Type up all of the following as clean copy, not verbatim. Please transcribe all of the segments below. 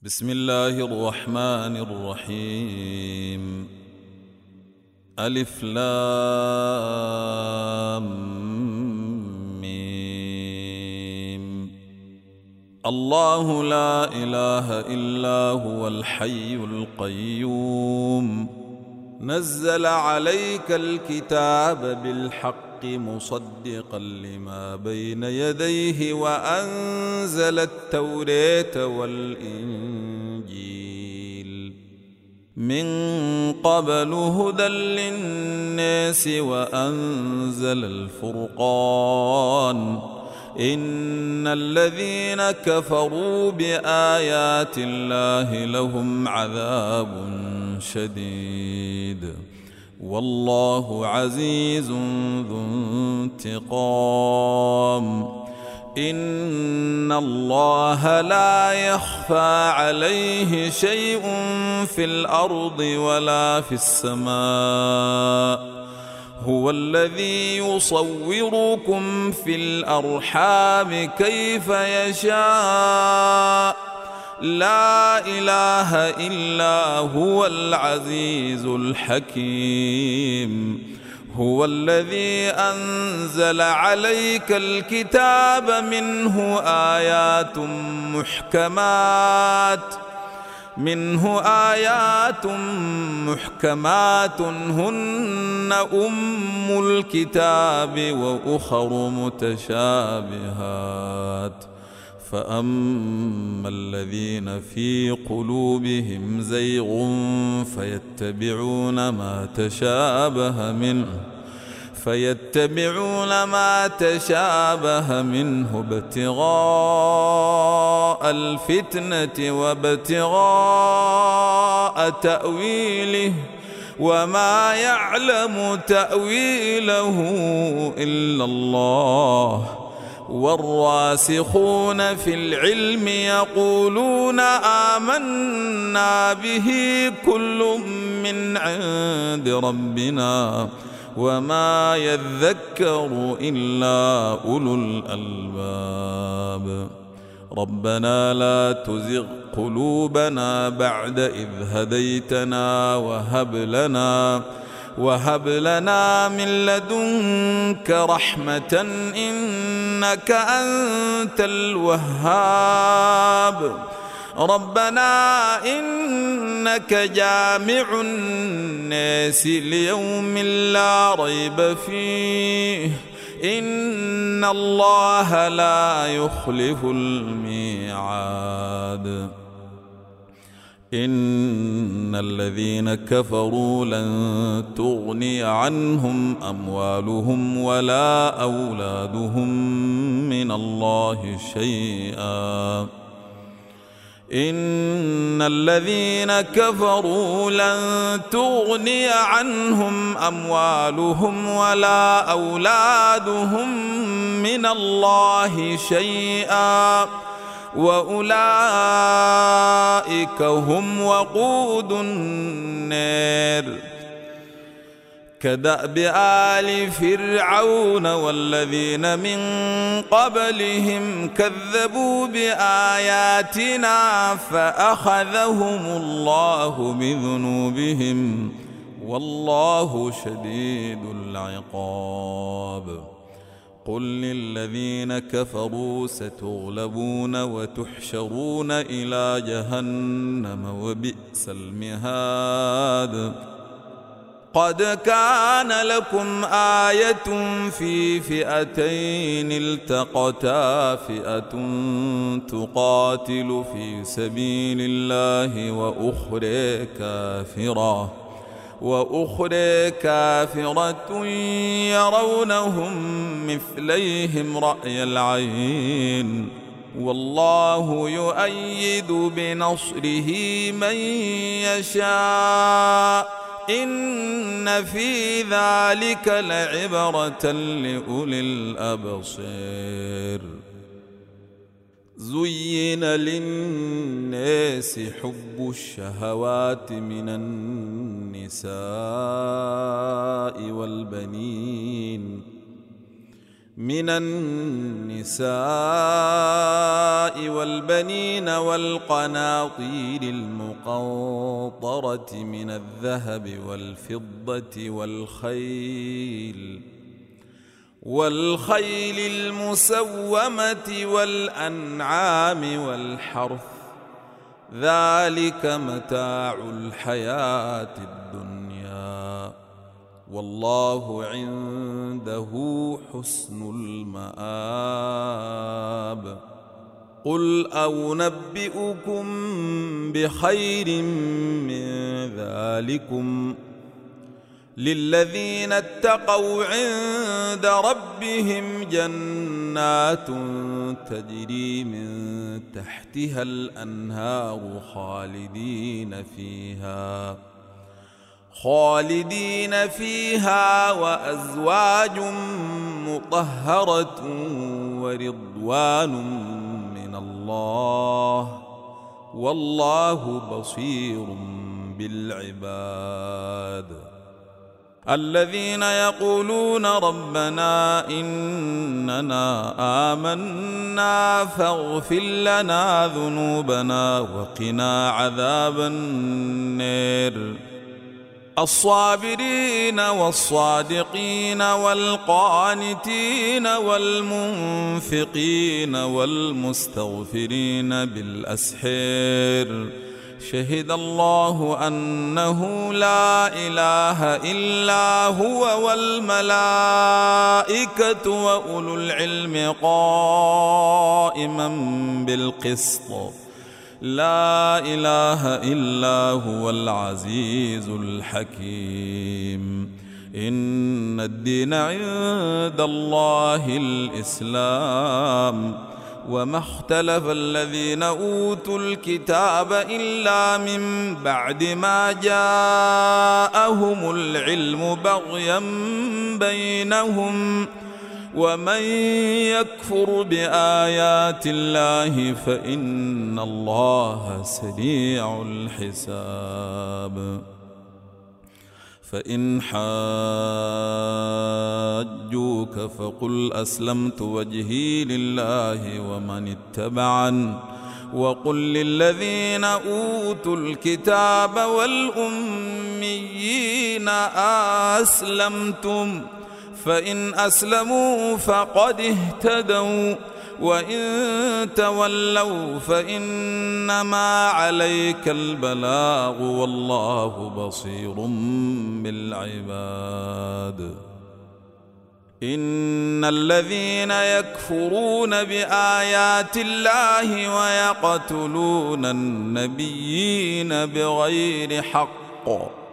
بسم الله الرحمن الرحيم. ألف لام ميم. الله لا إله إلا هو الحي القيوم، نزل عليك الكتاب بالحق مصدقا لما بين يديه وأنزل التوراة والإنجيل من قبل هدى للناس وأنزل الفرقان. إن الذين كفروا بآيات الله لهم عذاب شديد، والله عزيز ذو انتقام. إن الله لا يخفى عليه شيء في الأرض ولا في السماء. هو الذي يصوركم في الأرحام كيف يشاء، لا إله إلا هو العزيز الحكيم. هو الذي أنزل عليك الكتاب منه آيات محكمات هن أم الكتاب وأخر متشابهات. فأما الذين في قلوبهم زيغ فيتبعون ما تشابه منه ابتغاء الفتنة وابتغاء تأويله، وما يعلم تأويله إلا الله. والراسخون في العلم يقولون آمنا به كل من عند ربنا وما يذكر إلا أولو الألباب. ربنا لا تزغ قلوبنا بعد إذ هديتنا وهب لنا من لدنك رحمة إنك أنت الوهاب. ربنا إنك جامع الناس ليوم لا ريب فيه، إن الله لا يخلف الميعاد. إن الذين كفروا لن تغني عنهم أموالهم ولا أولادهم من الله شيئا. إن الذين كفروا لن تغني عنهم أموالهم ولا أولادهم من الله شيئا، وأولئك هم وقود النار. كدأب آل فرعون والذين من قبلهم كذبوا بآياتنا فأخذهم الله بذنوبهم، والله شديد العقاب. قل للذين كفروا ستغلبون وتحشرون إلى جهنم وبئس المهاد. قد كان لكم آية في فئتين التقتا، فئة تقاتل في سبيل الله وأخرى كافرة يرونهم مثليهم رأي العين، والله يؤيد بنصره من يشاء. إن في ذلك لعبرة لأولي الأبصار. زين للناس حب الشهوات من النساء من النساء والبنين والقناطير المقنطرة من الذهب والفضة والخيل المسومة والأنعام والحرث، ذلك متاع الحياة الدنيا، والله عنده حسن المآب. قل أنبئكم بخير من ذلكم للذين اتقوا عند ربهم جنات تجري من تحتها الأنهار خالدين فيها وأزواج مطهرة ورضوان من الله، والله بصير بالعباد. الذين يقولون ربنا إننا آمنا فاغفر لنا ذنوبنا وقنا عذاب النار. الصابرين والصادقين والقانتين والمنفقين والمستغفرين بالأسحار، شهد الله أنه لا إله إلا هو والملائكة وأولو العلم قائما بالقسط، لا إله إلا هو العزيز الحكيم. إن الدين عند الله الإسلام، وما اختلف الذين أوتوا الكتاب إلا من بعد ما جاءهم العلم بغيا بينهم، ومن يكفر بآيات الله فإن الله سريع الحساب. فإن حاجوك فقل أسلمت وجهي لله ومن اتبعن، وقل للذين أوتوا الكتاب والأميين أسلمتم، فإن أسلموا فقد اهتدوا، وإن تولوا فإنما عليك البلاغ، والله بصير بالعباد. إن الذين يكفرون بآيات الله ويقتلون النبيين بغير حق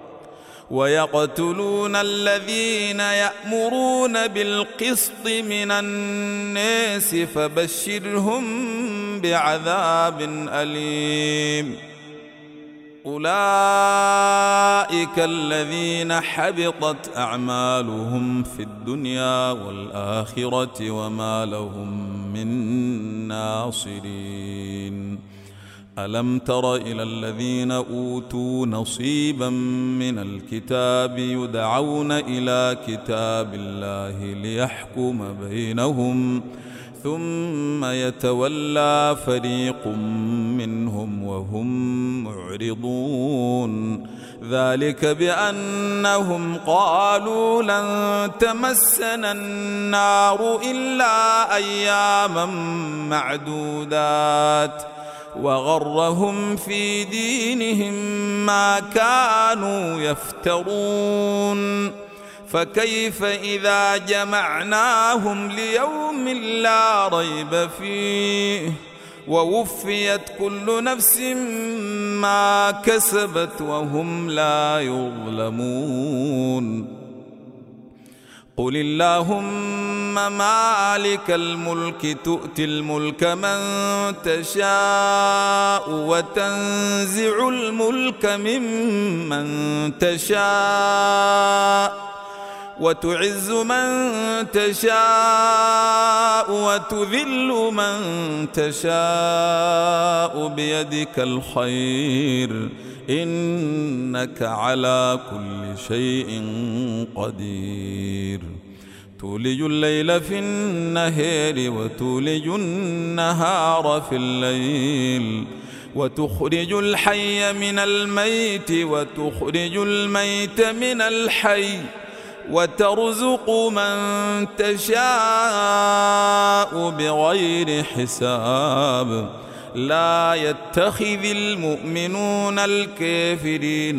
ويقتلون الذين يأمرون بالقسط من الناس فبشرهم بعذاب أليم. أولئك الذين حبطت أعمالهم في الدنيا والآخرة وما لهم من ناصرين. ألم تر إلى الذين أوتوا نصيبا من الكتاب يدعون إلى كتاب الله ليحكم بينهم ثم يتولى فريق منهم وهم معرضون، ذلك بأنهم قالوا لن تمسنا النار إلا أياما معدودات، وغرهم في دينهم ما كانوا يفترون. فكيف إذا جمعناهم ليوم لا ريب فيه ووفيت كل نفس ما كسبت وهم لا يظلمون. قل اللهم مالك الملك تؤتي الملك من تشاء وتنزع الملك ممن تشاء وتعز من تشاء وتذل من تشاء بيدك الخير إنك على كل شيء قدير. تولج الليل في النهار وتولج النهار في الليل وتخرج الحي من الميت وتخرج الميت من الحي وترزق من تشاء بغير حساب لا يتخذ المؤمنون الكافرين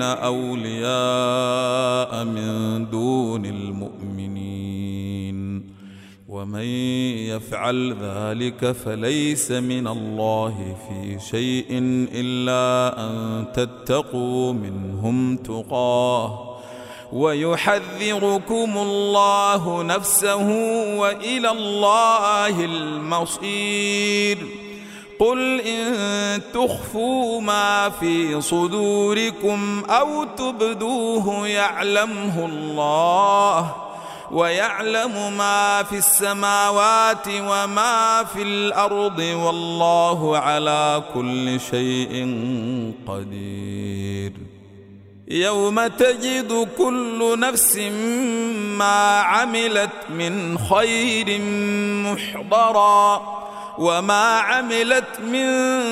أولياء من دون المؤمنين ومن يفعل ذلك فليس من الله في شيء إلا أن تتقوا منهم تقاه ويحذركم الله نفسه وإلى الله المصير قل إن تخفوا ما في صدوركم أو تبدوه يعلمه الله ويعلم ما في السماوات وما في الأرض والله على كل شيء قدير يوم تجد كل نفس ما عملت من خير محضرا وما عملت من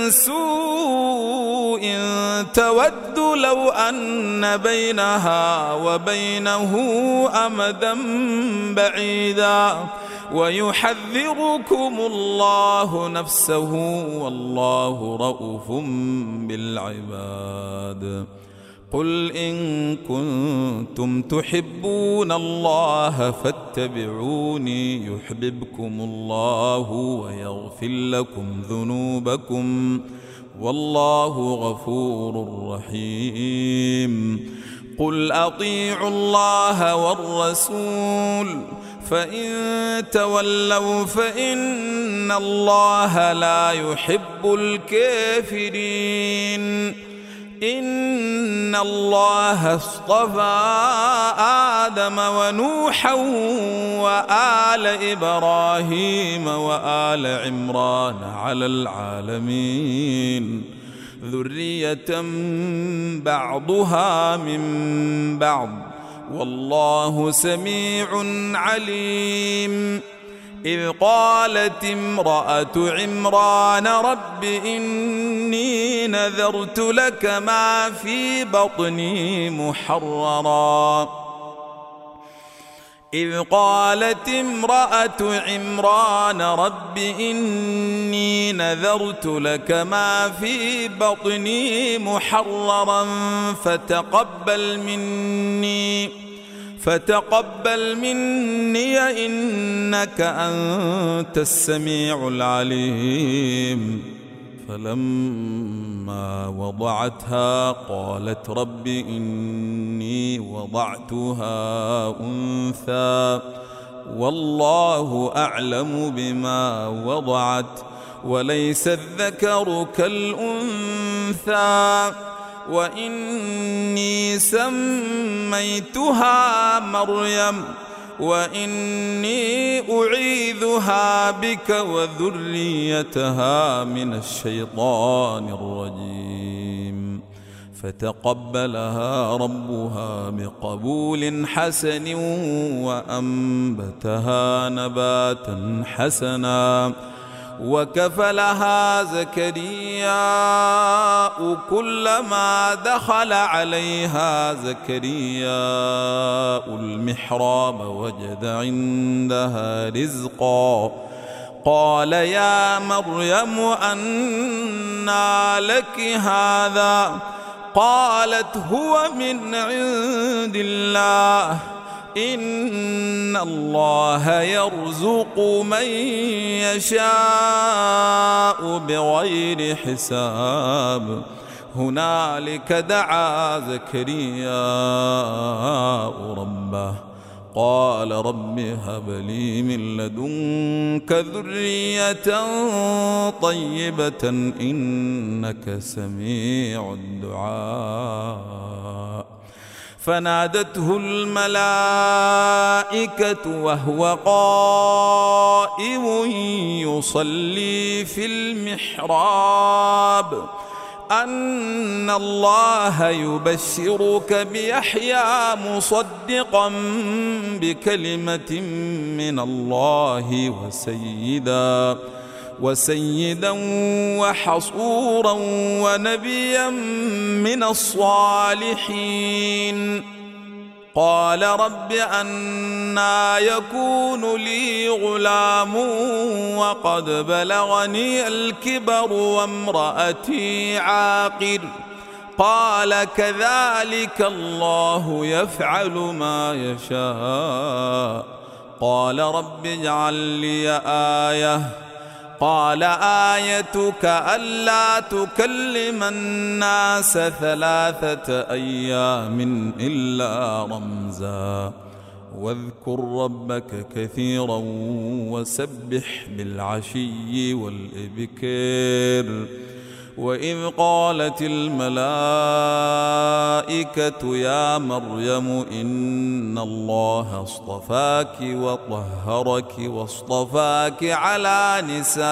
سوء تود لو أن بينها وبينه أمدا بعيدا ويحذركم الله نفسه والله رؤوف بالعباد قل إن كنتم تحبون الله فاتبعوني يحببكم الله ويغفر لكم ذنوبكم والله غفور رحيم قل أطيعوا الله والرسول فإن تولوا فإن الله لا يحب الكافرين إن الله اصطفى آدم ونوحا وآل إبراهيم وآل عمران على العالمين ذرية بعضها من بعض والله سميع عليم إذ قالت امرأة عمران رب إني نذرت لك ما في بطني محررا إذ قالت امرأة عمران رب إني نذرت لك ما في بطني محررا فتقبل مني إنك أنت السميع العليم فلما وضعتها قالت رب إني وضعتها أنثى والله أعلم بما وضعت وليس الذكر كالأنثى وإني سميتها مريم وإني أعيذها بك وذريتها من الشيطان الرجيم فتقبلها ربها بقبول حسن وأنبتها نباتا حسنا وكفلها زكرياء كلما دخل عليها زكرياء المحراب وجد عندها رزقا قال يا مريم أنى لك هذا قالت هو من عند الله إن الله يرزق من يشاء بغير حساب هنالك دعا زكرياء ربه قال رب هب لي من لدنك ذرية طيبة إنك سميع الدعاء فنادته الملائكة وهو قائم يصلي في المحراب أن الله يبشرك بيحيى مصدقا بكلمة من الله وسيدا وحصورا ونبيا من الصالحين. قال رب أنى يكون لي غلام وقد بلغني الكبر وامرأتي عاقر. قال كذلك الله يفعل ما يشاء. قال رب اجعل لي آية. قال آيتك ألا تكلم الناس 3 أيام إلا رمزا واذكر ربك كثيرا وسبح بالعشي والإبكار. وإذ قالت الملائكة يا مريم إن الله اصطفاك وطهرك واصطفاك على نساء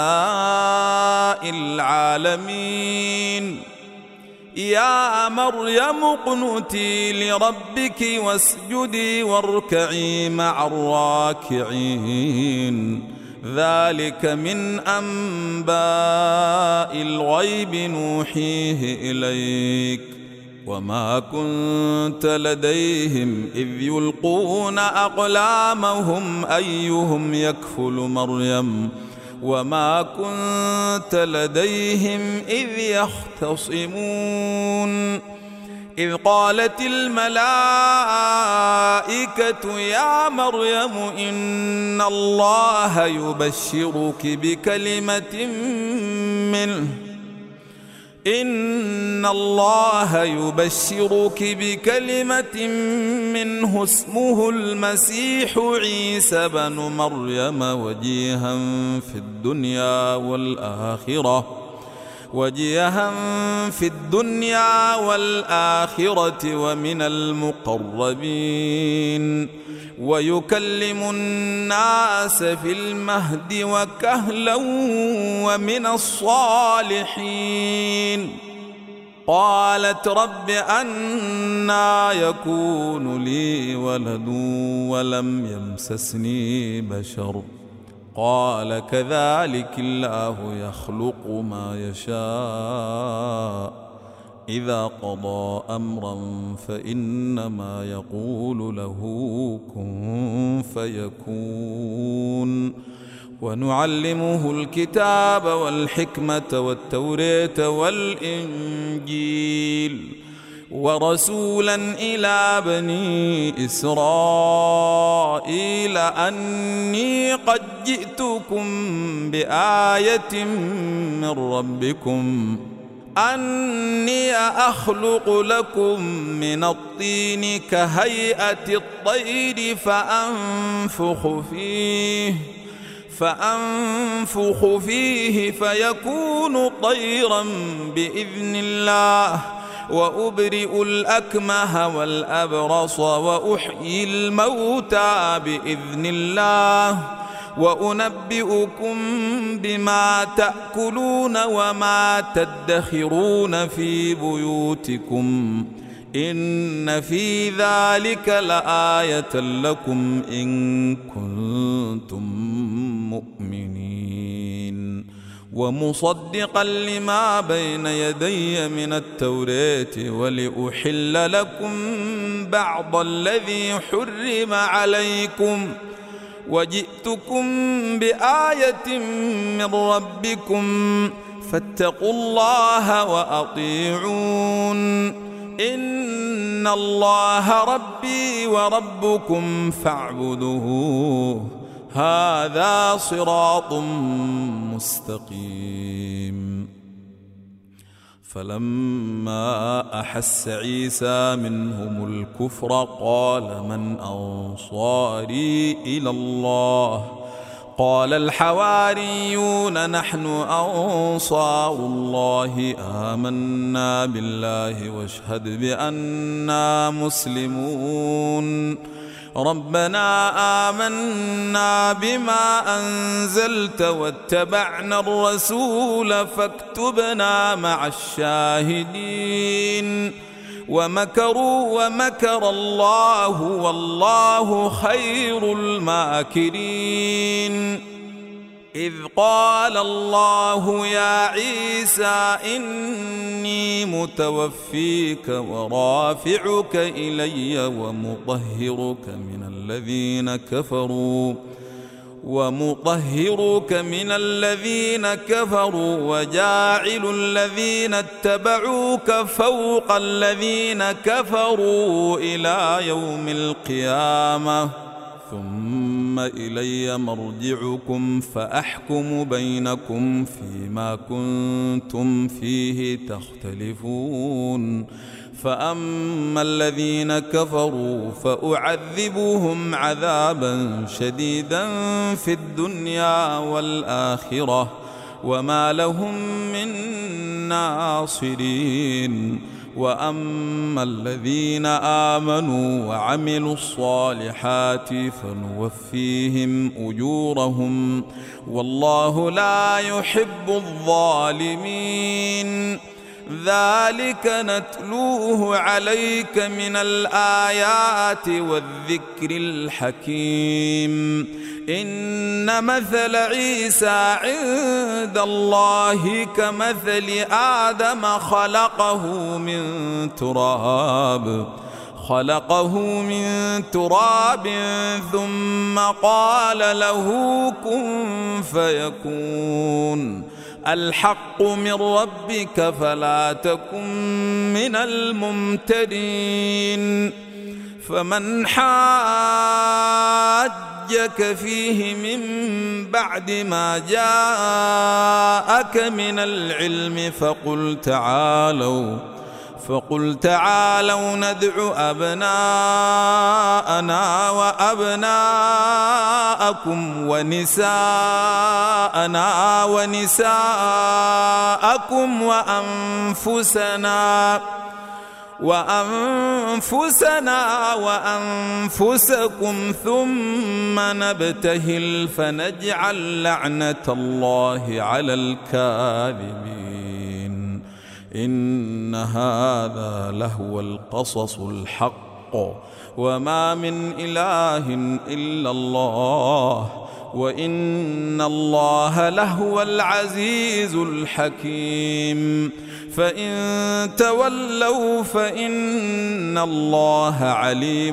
العالمين. يا مريم اقنتي لربك واسجدي واركعي مع الراكعين. ذلك من أنباء الغيب نوحيه إليك وما كنت لديهم إذ يلقون أقلامهم أيهم يكفل مريم وما كنت لديهم إذ يختصمون. إذ قالت الملائكة يا مريم إن الله يبشرك بكلمة منه اسمه المسيح عيسى بن مريم وجيها في الدنيا والآخرة ومن المقربين ويكلم الناس في المهد وكهلا ومن الصالحين. قالت رب أنى يكون لي ولد ولم يمسسني بشر. قال كذلك الله يخلق ما يشاء إذا قضى أمرا فإنما يقول له كن فيكون. ونعلمه الكتاب والحكمة والتوراة والإنجيل ورسولا إلى بني إسرائيل أني قد جئتكم بآية من ربكم أني أخلق لكم من الطين كهيئة الطير فأنفخ فيه فيكون طيرا بإذن الله وأبرئ الأكمه والأبرص وأحيي الموتى بإذن الله وأنبئكم بما تأكلون وما تدخرون في بيوتكم إن في ذلك لآية لكم إن كنتم مؤمنين. ومصدقا لما بين يدي من التوراة ولأحل لكم بعض الذي حرم عليكم وجئتكم بآية من ربكم فاتقوا الله وأطيعون. إن الله ربي وربكم فاعبدوه هذا صراط مستقيم. فلما أحس عيسى منهم الكفر قال من أنصاري إلى الله قال الحواريون نحن أنصار الله آمنا بالله واشهد بأننا مسلمون. ربنا آمنا بما أنزلت واتبعنا الرسول فاكتبنا مع الشاهدين ومكروا ومكر الله والله خير الماكرين إذ قال الله يا عيسى إني متوفيك ورافعك إلي ومطهرك من الذين كفروا وجاعل الذين اتبعوك فوق الذين كفروا إلى يوم القيامة ثم إلي مرجعكم فأحكم بينكم فيما كنتم فيه تختلفون فأما الذين كفروا فأعذبهم عذابا شديدا في الدنيا والآخرة وما لهم من ناصرين وأما الذين آمنوا وعملوا الصالحات فنوفيهم أجورهم والله لا يحب الظالمين ذلك نتلوه عليك من الآيات والذكر الحكيم إن مثل عيسى عند الله كمثل آدم خلقه من تراب ثم قال له كن فيكون الحق من ربك فلا تكن من الممترين فمن حاجك فيه من بعد ما جاءك من العلم فقل تعالوا ندع أبناءنا وأبناءكم ونساءنا ونساءكم وأنفسنا وأنفسكم ثم نبتهل فنجعل لعنة الله على الكاذبين إن هذا لهو القصص الحق وما من إله إلا الله وإن الله لهو العزيز الحكيم فإن تولوا فإن الله عليم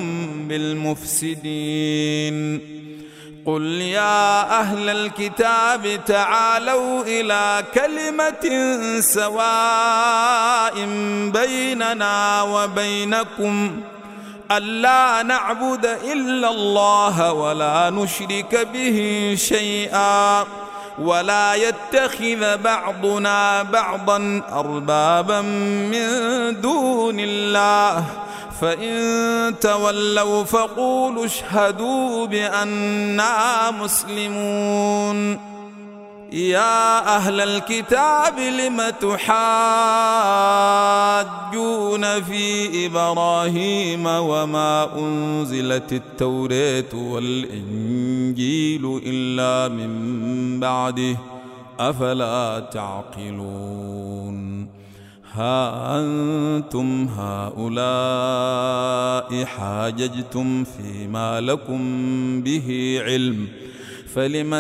بالمفسدين قل يا أهل الكتاب تعالوا إلى كلمة سواء بيننا وبينكم ألا نعبد إلا الله ولا نشرك به شيئا ولا يتخذ بعضنا بعضا أربابا من دون الله فإن تولوا فقولوا اشهدوا بأننا مسلمون يا أهل الكتاب لم تحاجون في إبراهيم وما أنزلت التوراة والإنجيل إلا من بعده أفلا تعقلون ها أنتم هؤلاء حاججتم فيما لكم به علم فلم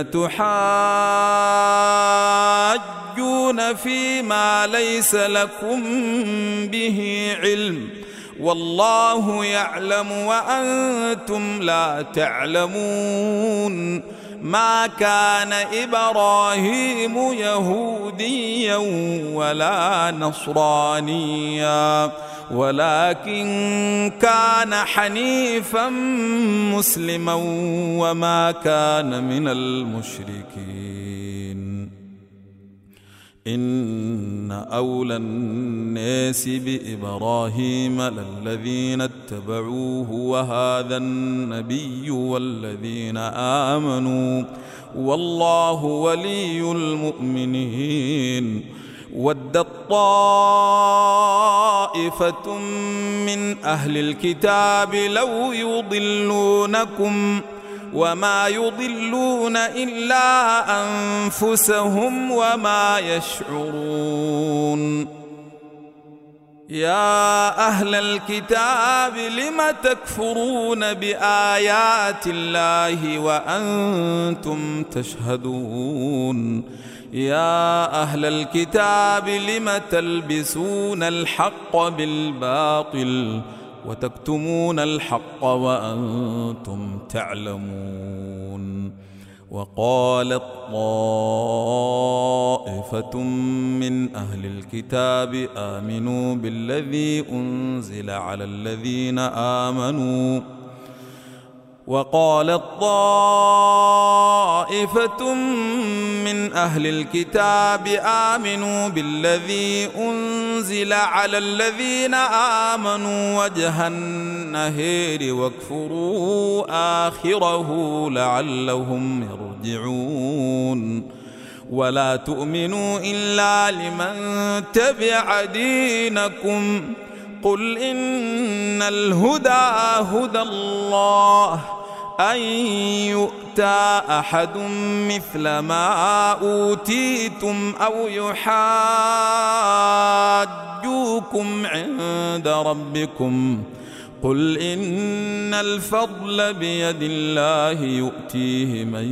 تحاجون فيما ليس لكم به علم والله يعلم وأنتم لا تعلمون ما كان إبراهيم يهوديا ولا نصرانيا ولكن كان حنيفا مسلما وما كان من المشركين إن أولى الناس بإبراهيم للذين اتبعوه وهذا النبي والذين آمنوا والله ولي المؤمنين ود ودت طائفة من أهل الكتاب لو يضلونكم وما يضلون إلا أنفسهم وما يشعرون. يا أهل الكتاب لم تكفرون بآيات الله وأنتم تشهدون. يا أهل الكتاب لم تلبسون الحق بالباطل وتكتمون الحق وأنتم تعلمون. وقالت طائفة من أهل الكتاب آمنوا بالذي أنزل على الذين آمنوا وقالت طائفة من أهل الكتاب آمنوا بالذي أنزل على الذين آمنوا وجه النهار واكفروا آخره لعلهم يرجعون. ولا تؤمنوا إلا لمن تبع دينكم قل إن الهدى هدى الله أن يؤتى أحد مثل ما أوتيتم أو يحاجوكم عند ربكم قل إن الفضل بيد الله يؤتيه من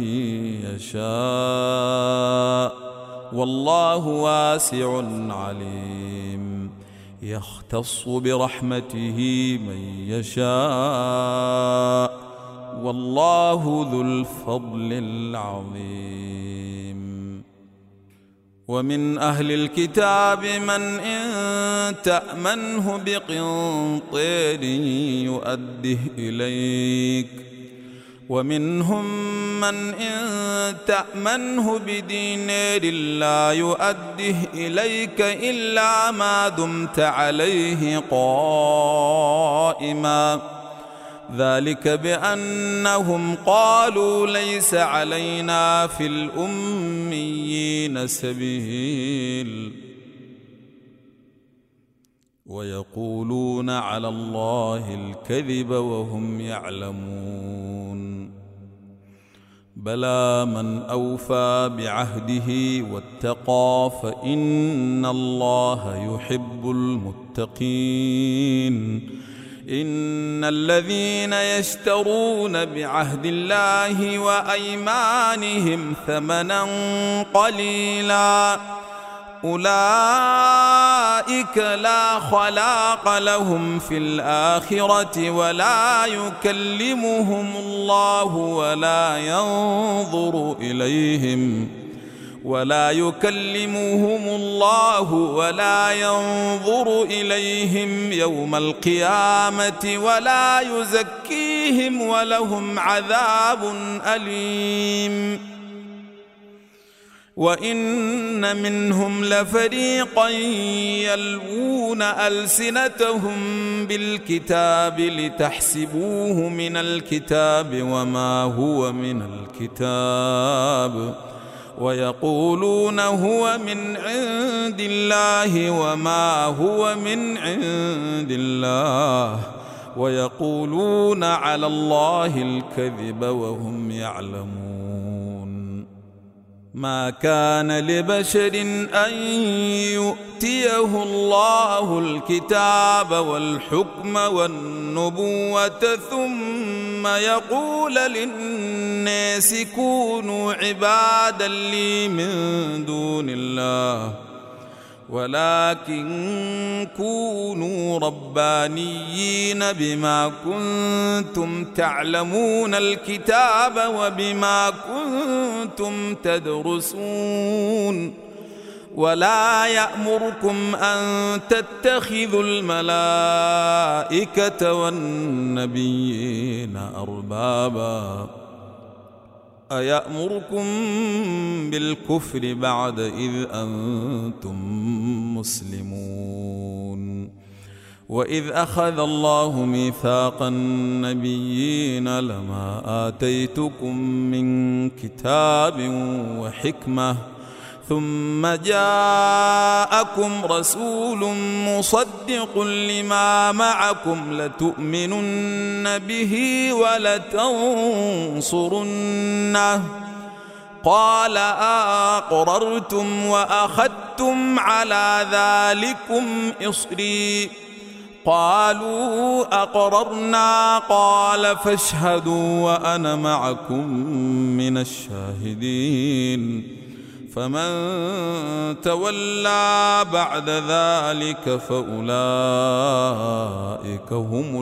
يشاء والله واسع عليم. يختص برحمته من يشاء والله ذو الفضل العظيم. ومن أهل الكتاب من إن تأمنه بقنطير يؤده إليك ومنهم من إن تأمنه بدينار لا يؤده إليك إلا ما دمت عليه قائما ذلك بأنهم قالوا ليس علينا في الأميين سبيل ويقولون على الله الكذب وهم يعلمون. بلى من أوفى بعهده واتقى فإن الله يحب المتقين. إن الذين يشترون بعهد الله وأيمانهم ثمنا قليلا أولئك لا خلاق لهم في الآخرة ولا يكلمهم الله ولا ينظر إليهم يوم القيامة ولا يزكيهم ولهم عذاب أليم. وإن منهم لفريقا يلوون ألسنتهم بالكتاب لتحسبوه من الكتاب وما هو من الكتاب ويقولون هو من عند الله وما هو من عند الله ويقولون على الله الكذب وهم يعلمون. ما كان لبشر أن يؤتيه الله الكتاب والحكم والنبوة ثم يقول للناس كونوا عبادا لي من دون الله ولكن كونوا ربانيين بما كنتم تعلمون الكتاب وبما كنتم تدرسون. ولا يأمركم أن تتخذوا الملائكة والنبيين أربابا أيأمركم بالكفر بعد إذ أنتم مسلمون. وإذ أخذ الله ميثاق النبيين لما آتيتكم من كتاب وحكمة ثم جاءكم رسول مصدق لما معكم لتؤمنن به ولتنصرنه قال أقررتم وأخذتم على ذلكم إصري قالوا أقررنا قال فاشهدوا وأنا معكم من الشاهدين فمن تولى بعد ذلك فأولئك هم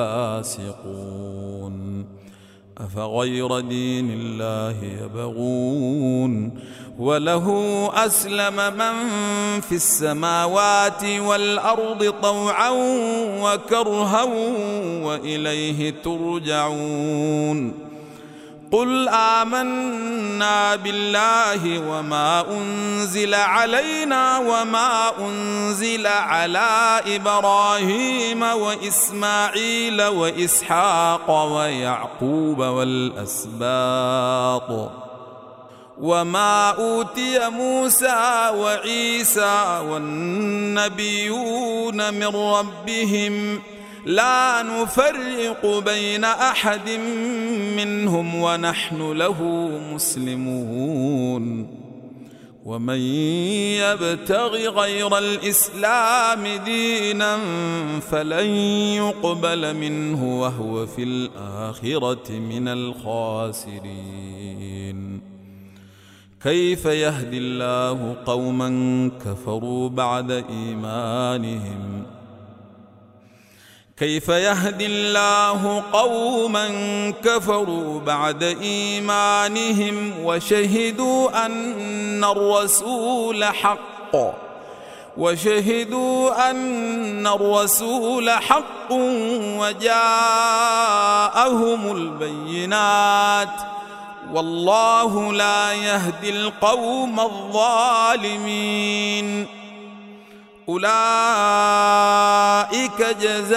الفاسقون أفغير دين الله يبغون وله أسلم من في السماوات والأرض طوعا وكرها وإليه ترجعون قل آمنا بالله وما أنزل علينا وما أنزل على إبراهيم وإسماعيل وإسحاق ويعقوب والأسباط وما أوتي موسى وعيسى والنبيون من ربهم لا نفرق بين أحد منهم ونحن له مسلمون ومن يبتغ غير الإسلام دينا فلن يقبل منه وهو في الآخرة من الخاسرين كيف يهدي الله قوما كفروا بعد إيمانهم كيف يهدي الله قوما كفروا بعد إيمانهم وشهدوا أن الرسول حق وجاءهم البينات والله لا يهدي القوم الظالمين أولئك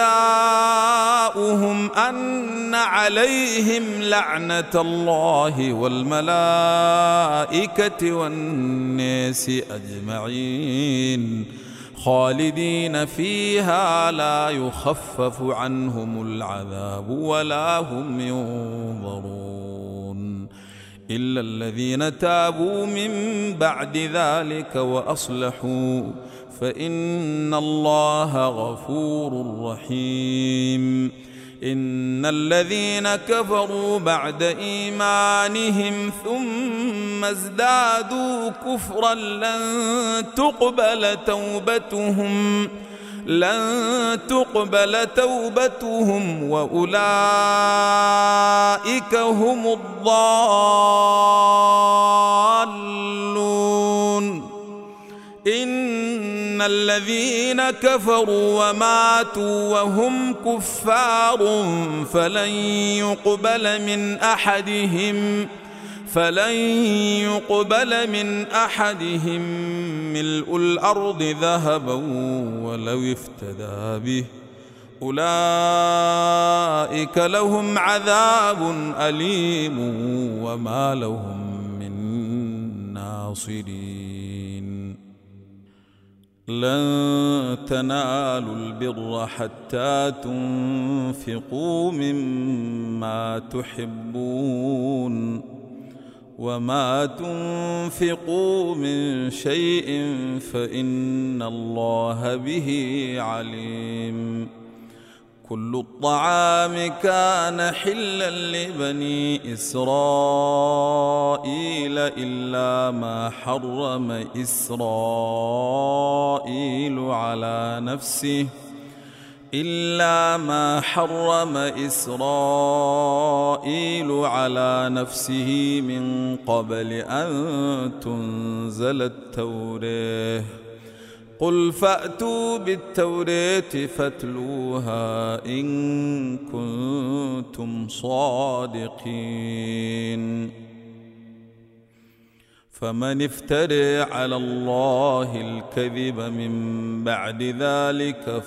جزاؤهم أن عليهم لعنة الله والملائكة والناس أجمعين خالدين فيها لا يخفف عنهم العذاب ولا هم ينظرون إلا الذين تابوا من بعد ذلك وأصلحوا فإن الله غفور رحيم إن الذين كفروا بعد إيمانهم ثم ازدادوا كفرا لن تقبل توبتهم وأولئك هم الضالون إن الذين كفروا وماتوا وهم كفار فلن يقبل من أحدهم ملء الأرض ذهبا ولو افتدى به أولئك لهم عذاب أليم وما لهم من ناصرين لن تنالوا البر حتى تنفقوا مما تحبون وما تنفقوا من شيء فإن الله به عليم كل الطعام كان حلا لبني إسرائيل إلا ما حرم إسرائيل على نفسه من قبل أن تنزل التوراة قل فأتوا بالتوراة فاتلوها إن كنتم صادقين فمن افترى على الله الكذب من بعد ذلك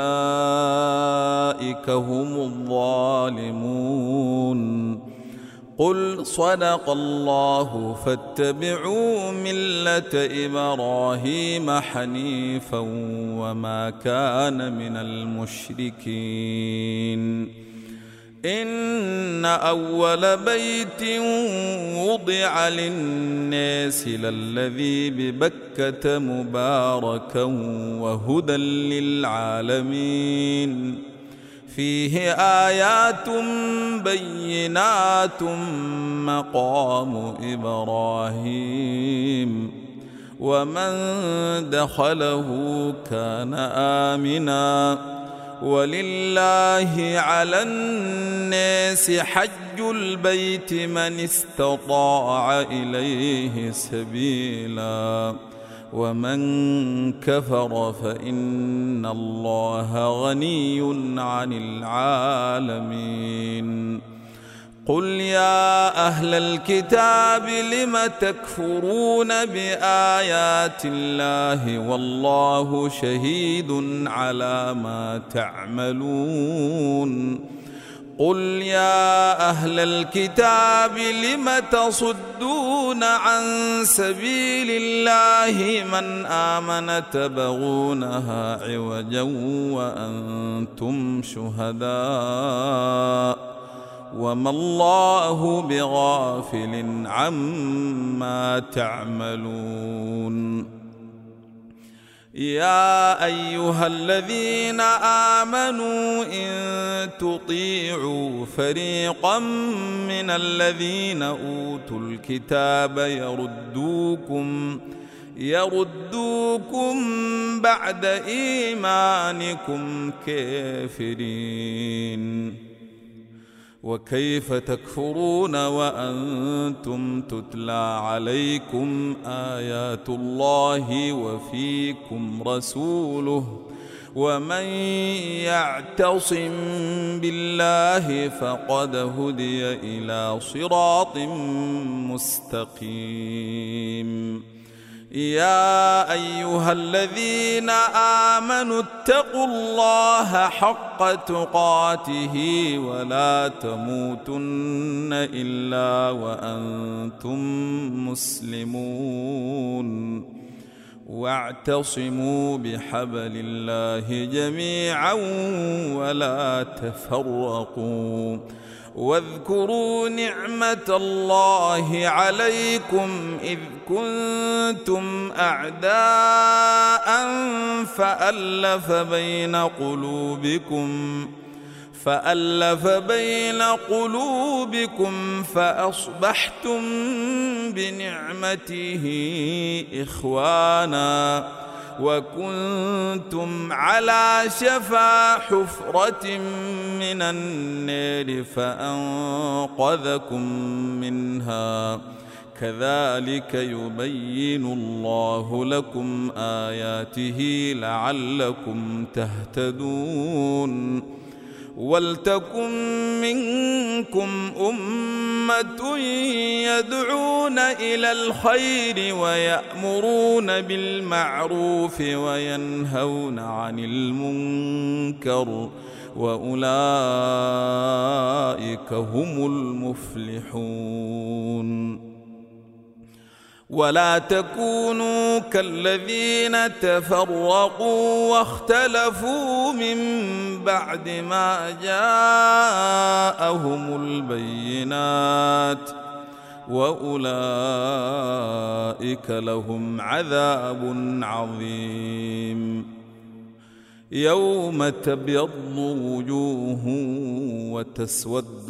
فأولئك هم الظالمون قل صدق الله فاتبعوا ملة إبراهيم حنيفا وما كان من المشركين إن أول بيت وضع للناس للذي ببكة مباركا وهدى للعالمين فيه آيات بينات مقام إبراهيم ومن دخله كان آمنا ولله على الناس حج البيت من استطاع إليه سبيلا ومن كفر فإن الله غني عن العالمين قل يا أهل الكتاب لم تكفرون بآيات الله والله شهيد على ما تعملون قل يا أهل الكتاب لم تصدون عن سبيل الله من آمن تبغونها عوجا وأنتم شهداء وما الله بغافل عما تعملون يا أيها الذين آمنوا إن تطيعوا فريقا من الذين أوتوا الكتاب يردوكم بعد إيمانكم كافرين وكيف تكفرون وأنتم تتلى عليكم آيات الله وفيكم رسوله ومن يعتصم بالله فقد هدي إلى صراط مستقيم يا أيها الذين آمنوا اتقوا الله حق تقاته ولا تموتن إلا وأنتم مسلمون واعتصموا بحبل الله جميعا ولا تفرقوا واذكروا نعمة الله عليكم إذ كنتم أعداء فألف بين قلوبكم فأصبحتم بنعمته إخوانا وكنتم على شفا حفرة من النار فأنقذكم منها كذلك يبين الله لكم آياته لعلكم تهتدون ولتكن منكم أمة يدعون إلى الخير ويأمرون بالمعروف وينهون عن المنكر وأولئك هم المفلحون ولا تكونوا كالذين تفرقوا واختلفوا من بعد ما جاءهم البينات وأولئك لهم عذاب عظيم يوم تبيض وجوه وتسود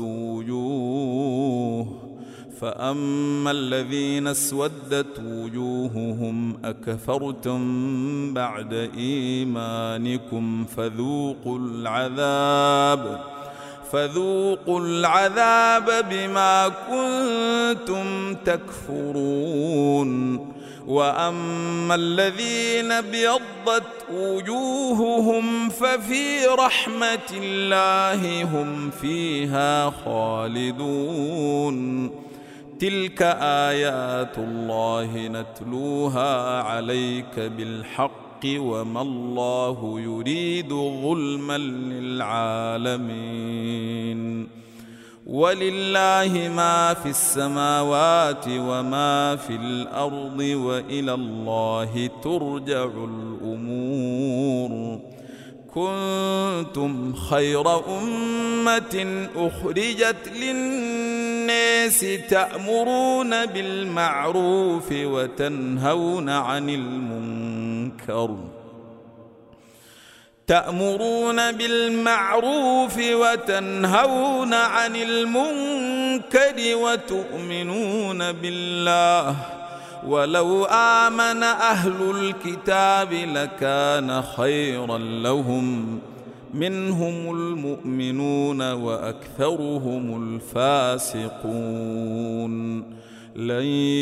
وجوه فأما الذين اسودت وجوههم أكفرتم بعد إيمانكم فذوقوا العذاب بما كنتم تكفرون وأما الذين ابيضت وجوههم ففي رحمة الله هم فيها خالدون تلك آيات الله نتلوها عليك بالحق وما الله يريد ظلما للعالمين ولله ما في السماوات وما في الأرض وإلى الله ترجع الأمور. كنتم خير أمة أخرجت للناس تأمرون بالمعروف وتنهون عن المنكر وتؤمنون بالله. ولو آمن أهل الكتاب لكان خيرا لهم، منهم المؤمنون وأكثرهم الفاسقون. لن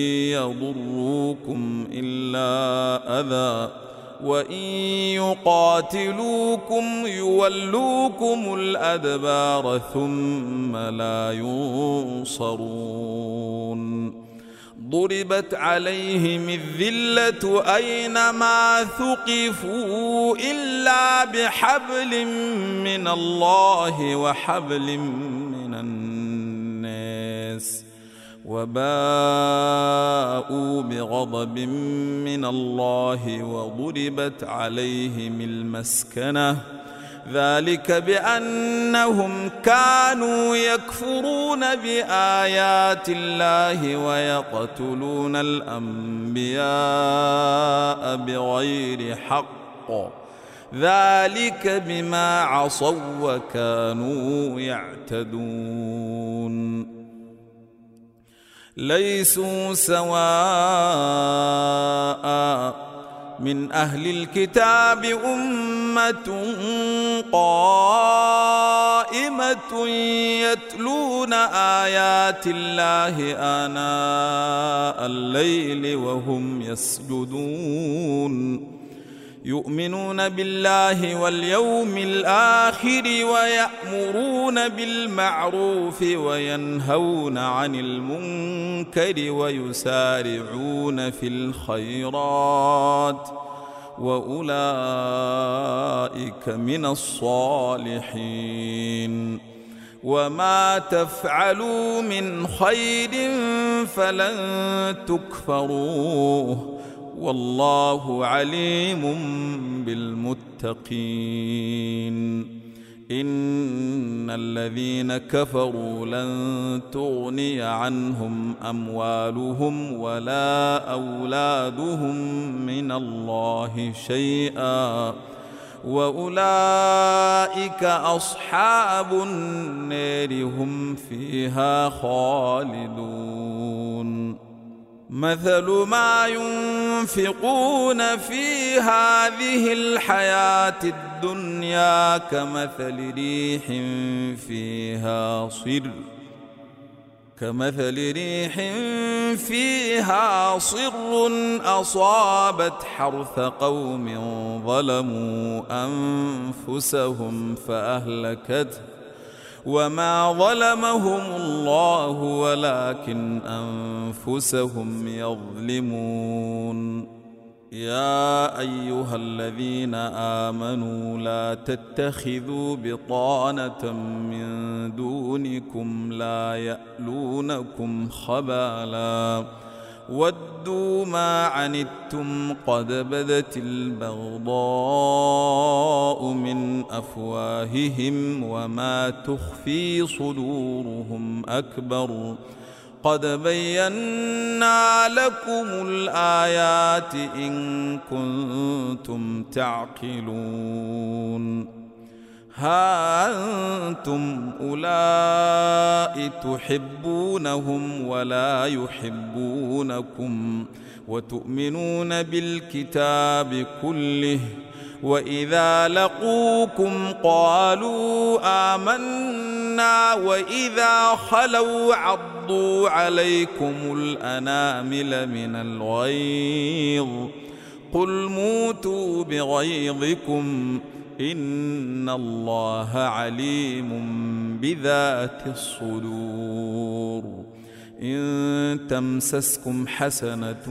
يضروكم إلا أذى، وإن يقاتلوكم يولوكم الأدبار ثم لا ينصرون. ضربت عليهم الذلة أينما ثقفوا إلا بحبل من الله وحبل من الناس، وباءوا بغضب من الله وضربت عليهم المسكنة، ذلك بأنهم كانوا يكفرون بآيات الله ويقتلون الأنبياء بغير حق، ذلك بما عصوا وكانوا يعتدون. ليسوا سواء من أهل الكتاب أمة قائمة يتلون آيات الله آناء الليل وهم يسجدون، يؤمنون بالله واليوم الآخر ويأمرون بالمعروف وينهون عن المنكر ويسارعون في الخيرات، وأولئك من الصالحين. وما تفعلوا من خير فلن تكفروه، والله عليم بالمتقين. إن الذين كفروا لن تغني عنهم أموالهم ولا أولادهم من الله شيئا، وأولئك أصحاب النار هم فيها خالدون. مثل ما ينفقون في هذه الحياة الدنيا كمثل ريح فيها صر أصابت حرث قوم ظلموا أنفسهم فأهلكته، وما ظلمهم الله ولكن أنفسهم يظلمون. يا أيها الذين آمنوا لا تتخذوا بطانة من دونكم لا يألونكم خبالا ودوا ما عنتم قد بدت البغضاء من أفواههم وما تخفي صدورهم أكبر قد بينا لكم الآيات إن كنتم تعقلون. ها أنتم أولئك تحبونهم ولا يحبونكم وتؤمنون بالكتاب كله، وإذا لقوكم قالوا آمنا وإذا خلوا عضوا عليكم الأنامل من الغيظ قل موتوا بغيظكم إن الله عليم بذات الصدور. إن تمسسكم حسنة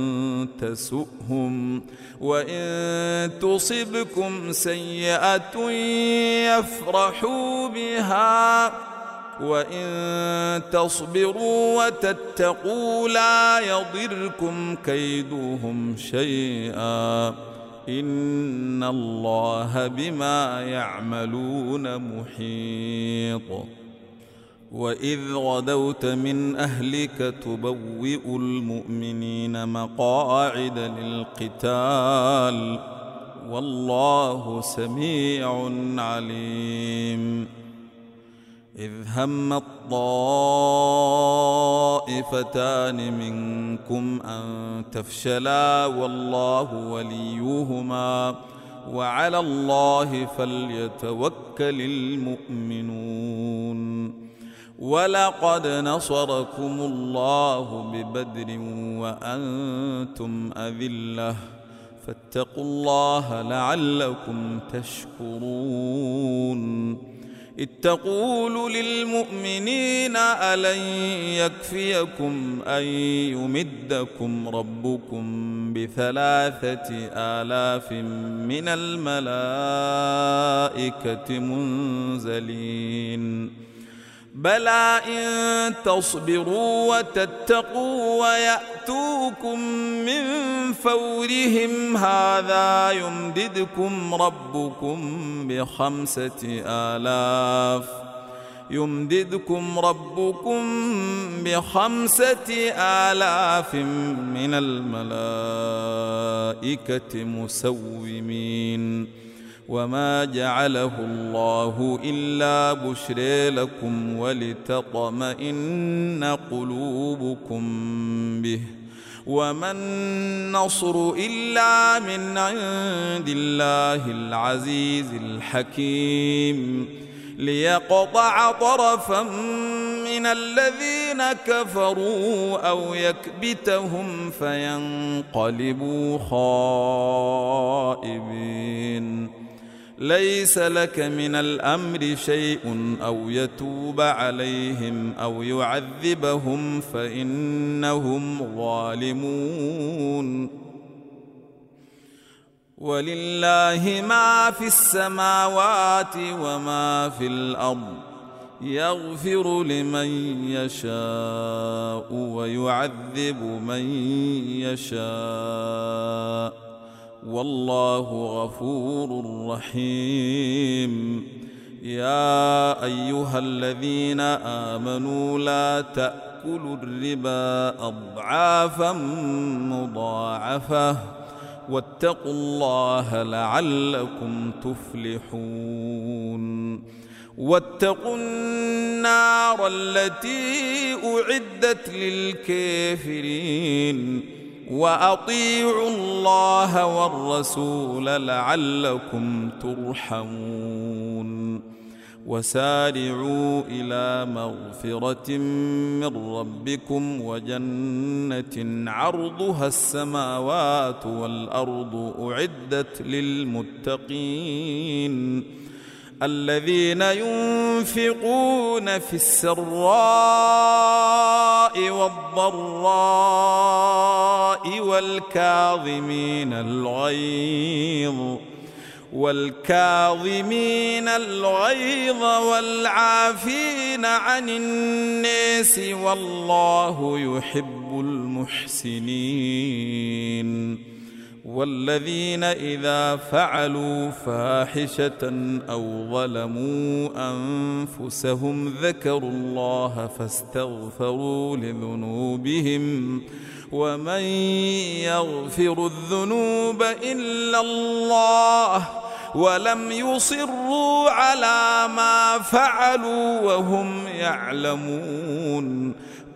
تسؤهم وإن تصبكم سيئة يفرحوا بها وإن تصبروا وتتقوا لا يضركم كيدهم شيئا إن الله بما يعملون محيط. وإذ غدوت من أهلك تبوئ المؤمنين مقاعد للقتال والله سميع عليم. إذ همت طائفتان منكم أن تفشلا والله وليهما وعلى الله فليتوكل المؤمنون. ولقد نصركم الله ببدر وأنتم أذلة فاتقوا الله لعلكم تشكرون. إذ تقول للمؤمنين ألن يكفيكم أن يمدكم ربكم ب3,000 من الملائكة منزلين بلى إن تصبروا وتتقوا ويأتوكم من فورهم هذا يمددكم ربكم ب5,000 من الملائكة مسومين وما جعله الله إلا بشرى لكم ولتطمئن قلوبكم به وما النصر إلا من عند الله العزيز الحكيم ليقطع طرفا من الذين كفروا أو يكبتهم فينقلبوا خائبين. ليس لك من الأمر شيء أو يتوب عليهم أو يعذبهم فإنهم ظالمون. ولله ما في السماوات وما في الأرض يغفر لمن يشاء ويعذب من يشاء والله غفور رحيم. يا أيها الذين آمنوا لا تأكلوا الربا أضعافا مضاعفة واتقوا الله لعلكم تفلحون. واتقوا النار التي أعدت للكافرين وأطيعوا الله والرسول لعلكم ترحمون. وسارعوا إلى مغفرة من ربكم وجنة عرضها السماوات والأرض أعدت للمتقين الذين ينفقون في السراء والضراء والكاظمين الغيظ والعافين عن الناس والله يحب المحسنين. والذين إذا فعلوا فاحشة أو ظلموا أنفسهم ذكروا الله فاستغفروا لذنوبهم ومن يغفر الذنوب إلا الله ولم يصروا على ما فعلوا وهم يعلمون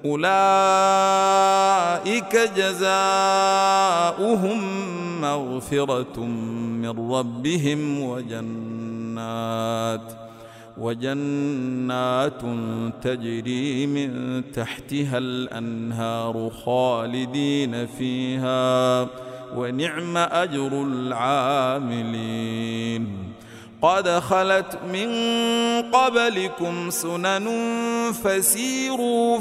أولئك جزاؤهم مغفرة من ربهم وجنات تجري من تحتها الأنهار خالدين فيها ونعم أجر العاملين. قد خلت من قبلكم سنن فسيروا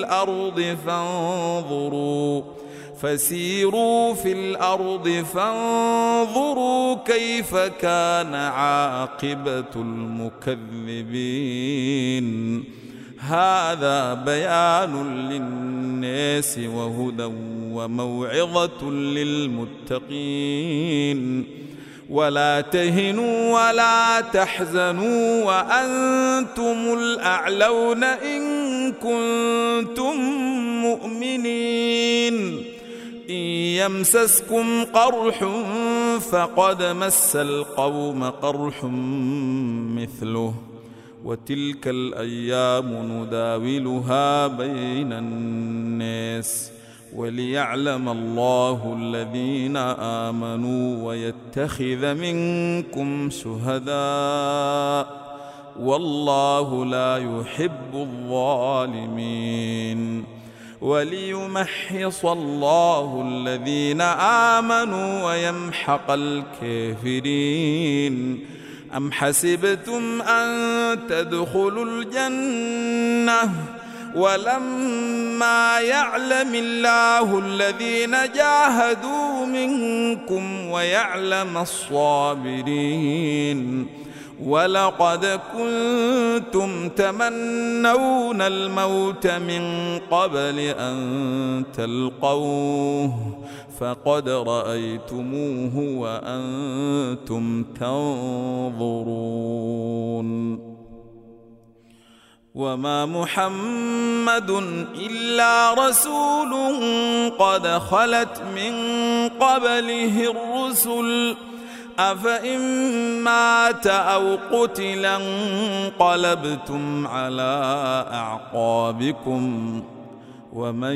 في الأرض فانظروا كيف كان عاقبة المكذبين. هذا بيان للناس وهدى وموعظة للمتقين. ولا تهنوا ولا تحزنوا وأنتم الأعلون إن كنتم مؤمنين. إن يمسسكم قرح فقد مس القوم قرح مثله وتلك الأيام نداولها بين الناس وليعلم الله الذين آمنوا ويتخذ منكم شهداء والله لا يحب الظالمين. وليمحص الله الذين آمنوا ويمحق الكافرين. أم حسبتم أن تدخلوا الجنة ولما يعلم الله الذين جاهدوا منكم ويعلم الصابرين. ولقد كنتم تمنون الموت من قبل أن تلقوه فقد رأيتموه وأنتم تنظرون. وما محمد إلا رسول قد خلت من قبله الرسل أفإن مات أو قتل انقلبتم على أعقابكم ومن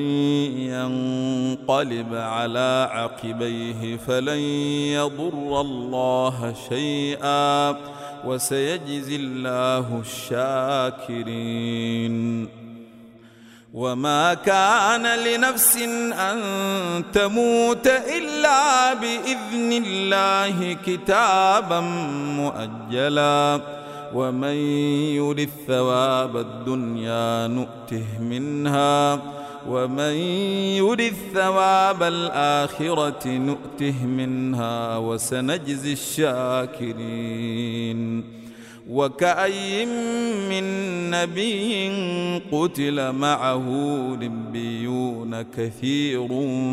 ينقلب على عقبيه فلن يضر الله شيئا وسيجزي الله الشاكرين. وما كان لنفس أن تموت إلا بإذن الله كتابا مؤجلا ومن يرد ثواب الدنيا نؤته منها ومن يرد ثواب الآخرة نؤته منها وسنجزي الشاكرين. وكأي من نبي قتل معه ربيون كثير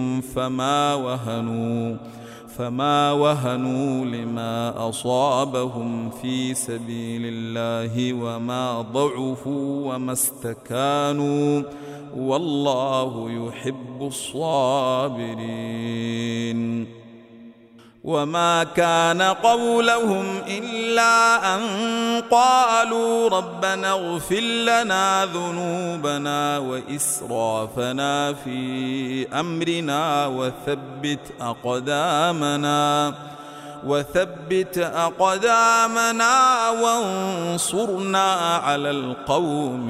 فما وهنوا لما أصابهم في سبيل الله وما ضعفوا وما استكانوا والله يحب الصابرين. وما كان قولهم إلا أن قالوا ربنا اغفر لنا ذنوبنا وإسرافنا في أمرنا وثبت أقدامنا وانصرنا على القوم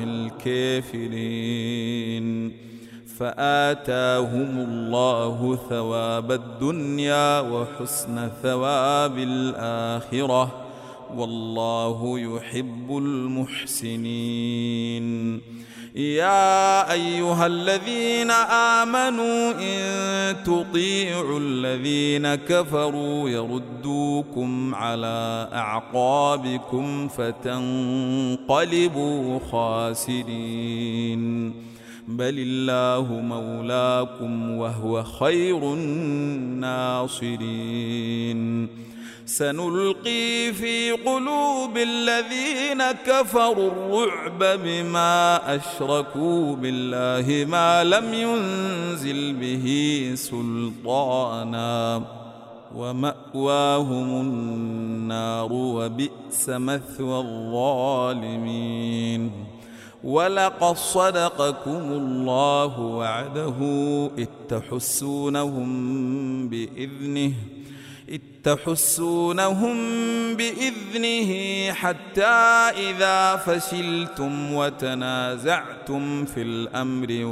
الكافرين. فآتاهم الله ثواب الدنيا وحسن ثواب الآخرة والله يحب المحسنين. يا أيها الذين آمنوا إن تطيعوا الذين كفروا يردوكم على أعقابكم فتنقلبوا خاسرين. بل الله مولاكم وهو خير الناصرين. سنلقي في قلوب الذين كفروا الرعب بما أشركوا بالله ما لم ينزل به سلطانا ومأواهم النار وبئس مثوى الظالمين. ولقد صدقكم الله وعده إذ تحسونهم بإذنه حتى إذا فشلتم وتنازعتم في الأمر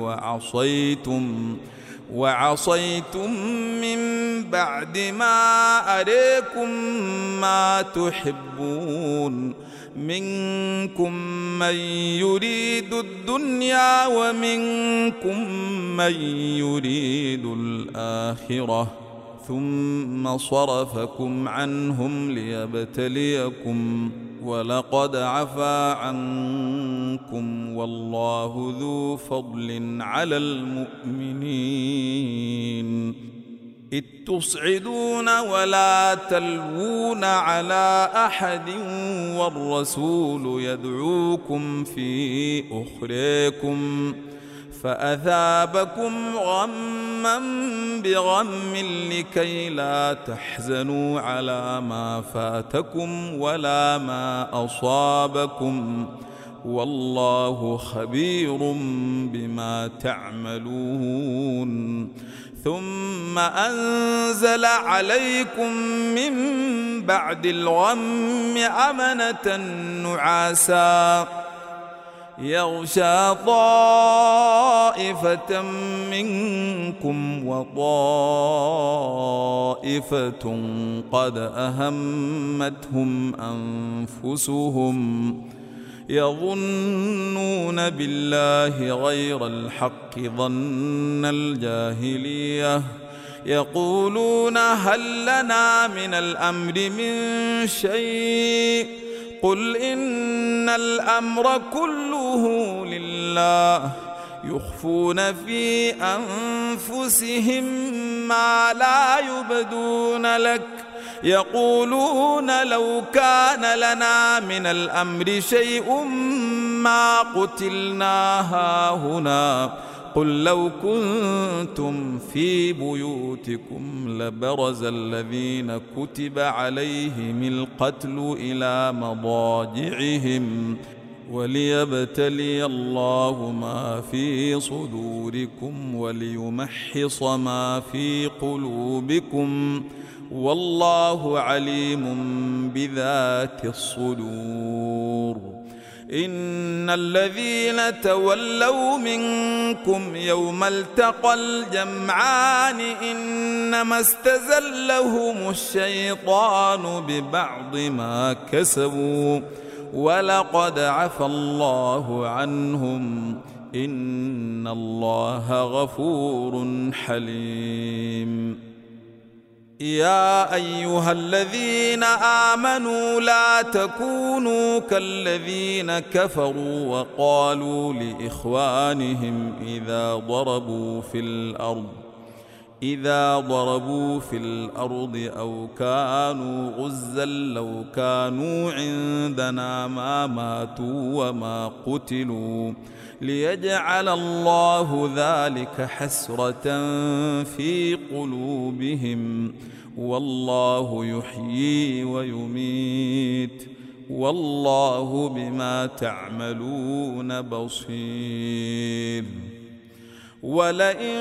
وعصيتم من بعد ما أريكم ما تحبون منكم من يريد الدنيا ومنكم من يريد الآخرة ثم صرفكم عنهم ليبتليكم ولقد عفا عنكم عنكم والله ذو فضل على المؤمنين إذ تصعدون ولا تلوون على أحد والرسول يدعوكم في أخريكم فأثابكم غما بغم لكي لا تحزنوا على ما فاتكم ولا ما أصابكم والله خبير بما تعملون ثم أنزل عليكم من بعد الغم أمنة نعاسا يغشى طائفة منكم وطائفة قد أهمتهم أنفسهم يظنون بالله غير الحق ظن الجاهلية يقولون هل لنا من الأمر من شيء قل إن الأمر كله لله يخفون في أنفسهم ما لا يبدون لك يقولون لو كان لنا من الأمر شيء ما قتلنا هاهنا قل لو كنتم في بيوتكم لبرز الذين كتب عليهم القتل إلى مضاجعهم وليبتلي الله ما في صدوركم وليمحص ما في قلوبكم والله عليم بذات الصدور إن الذين تولوا منكم يوم التقى الجمعان إنما استزلهم الشيطان ببعض ما كسبوا ولقد عفى الله عنهم إن الله غفور حليم يا أيها الذين آمنوا لا تكونوا كالذين كفروا وقالوا لإخوانهم إذا ضربوا في الأرض أو كانوا غزا لو كانوا عندنا ما ماتوا وما قتلوا ليجعل الله ذلك حسرة في قلوبهم والله يحيي ويميت والله بما تعملون بصير ولئن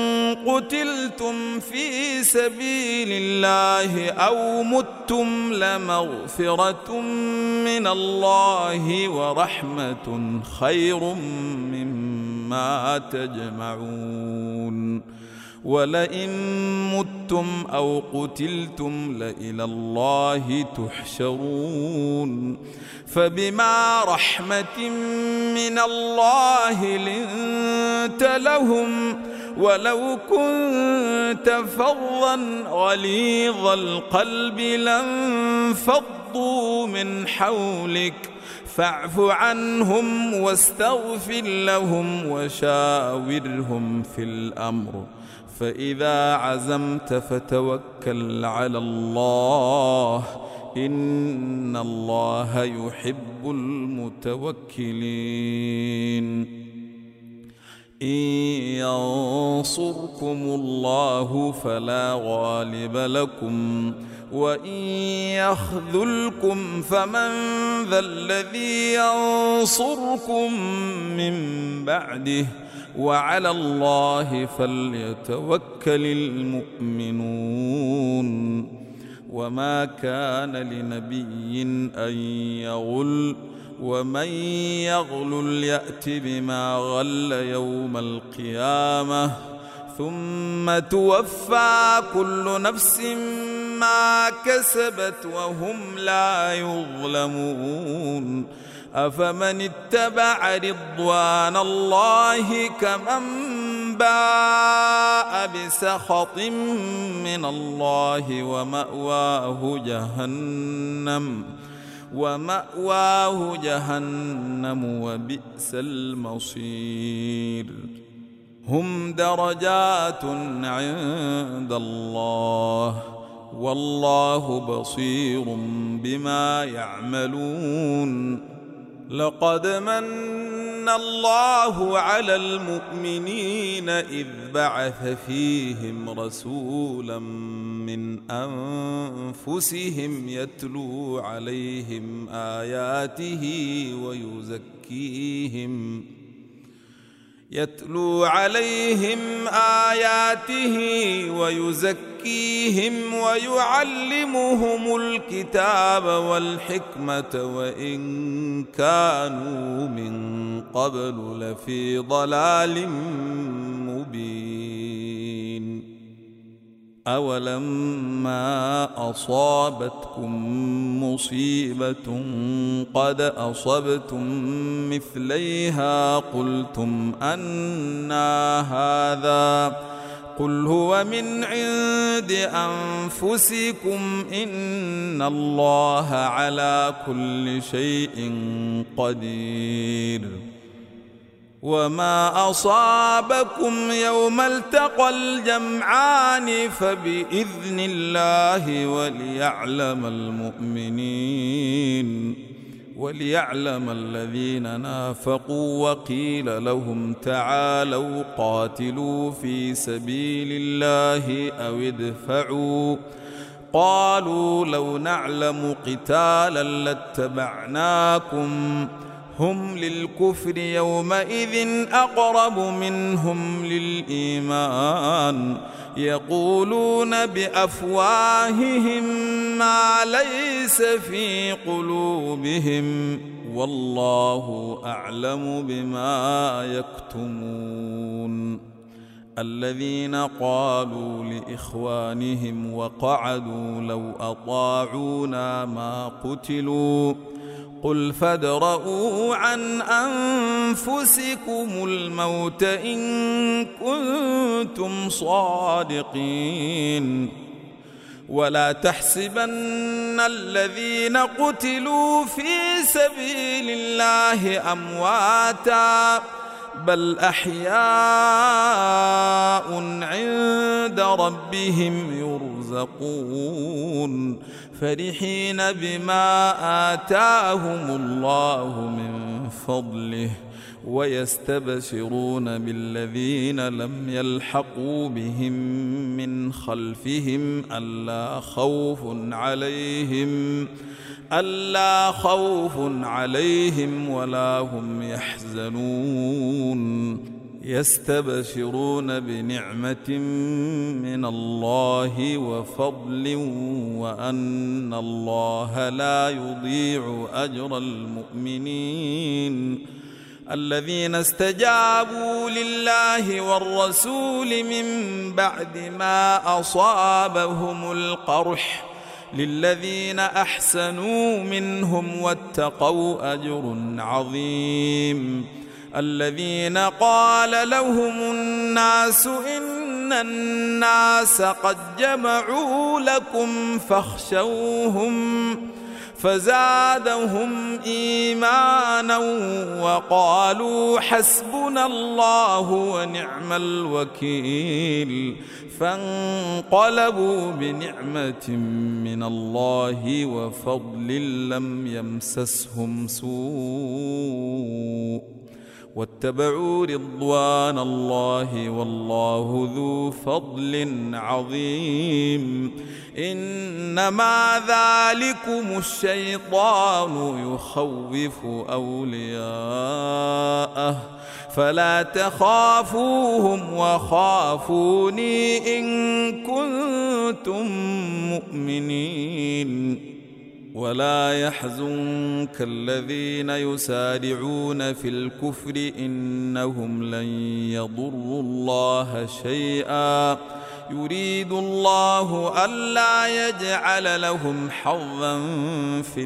قتلتم في سبيل الله أو متم لمغفرة من الله ورحمة خير مما تجمعون ولئن متم أو قتلتم لإلى الله تحشرون فبما رحمة من الله لنت لهم ولو كنت فظا غليظ القلب لانفضوا من حولك فاعف عنهم واستغفر لهم وشاورهم في الأمر فإذا عزمت فتوكل على الله إن الله يحب المتوكلين إن ينصركم الله فلا غالب لكم وإن يخذلكم فمن ذا الذي ينصركم من بعده وعلى الله فليتوكل المؤمنون وما كان لنبي أن يغل ومن يغل يأت بما غل يوم القيامة ثم توفى كل نفس ما كسبت وهم لا يظلمون أفمن اتبع رضوان الله كمن باء بسخط من الله ومأواه جهنم ومأواه جهنم وبئس المصير هم درجات عند الله والله بصير بما يعملون لقد من الله على المؤمنين إذ بعث فيهم رسولا من أنفسهم يتلو عليهم آياته ويزكيهم ويعلمهم الكتاب والحكمة وإن كانوا من قبل لفي ضلال مبين أولما أصابتكم مصيبة قد أصبتم مثليها قلتم أنى هذا قل هو من عند أنفسكم إن الله على كل شيء قدير وما أصابكم يوم التقى الجمعان فبإذن الله وليعلم الذين نافقوا وقيل لهم تعالوا قاتلوا في سبيل الله أو ادفعوا قالوا لو نعلم قتالا لاتبعناكم هم للكفر يومئذ أقرب منهم للإيمان يقولون بأفواههم ما ليس في قلوبهم والله أعلم بما يكتمون الذين قالوا لإخوانهم وقعدوا لو أطاعونا ما قتلوا قل فادرءوا عن أنفسكم الموت إن كنتم صادقين ولا تحسبن الذين قتلوا في سبيل الله أمواتا بل أحياء عند ربهم يرزقون فرحين بما آتاهم الله من فضله ويستبشرون بالذين لم يلحقوا بهم من خلفهم ألا خوف عليهم ولا هم يحزنون يستبشرون بنعمة من الله وفضل وأن الله لا يضيع أجر المؤمنين الذين استجابوا لله والرسول من بعد ما أصابهم القرح للذين أحسنوا منهم واتقوا أجر عظيم الذين قال لهم الناس إن الناس قد جمعوا لكم فاخشوهم فزادهم إيمانا وقالوا حسبنا الله ونعم الوكيل فانقلبوا بنعمة من الله وفضل لم يمسسهم سوء واتبعوا رضوان الله والله ذو فضل عظيم إنما ذلكم الشيطان يخوف أولياءه فلا تخافوهم وخافوني إن كنتم مؤمنين ولا يحزنك الذين يسارعون في الكفر إنهم لن يضروا الله شيئا يريد الله ألا يجعل لهم حظا في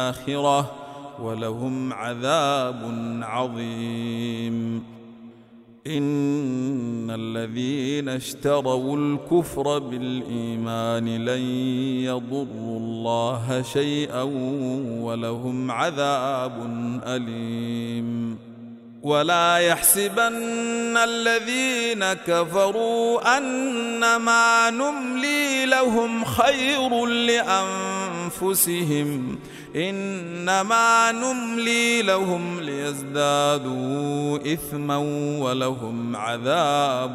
الآخرة ولهم عذاب عظيم إن الذين اشتروا الكفر بالإيمان لن يضروا الله شيئا ولهم عذاب أليم. ولا يحسبن الذين كفروا أنما نملي لهم خير لأنفسهم إنما نملي لهم ليزدادوا إثما ولهم عذاب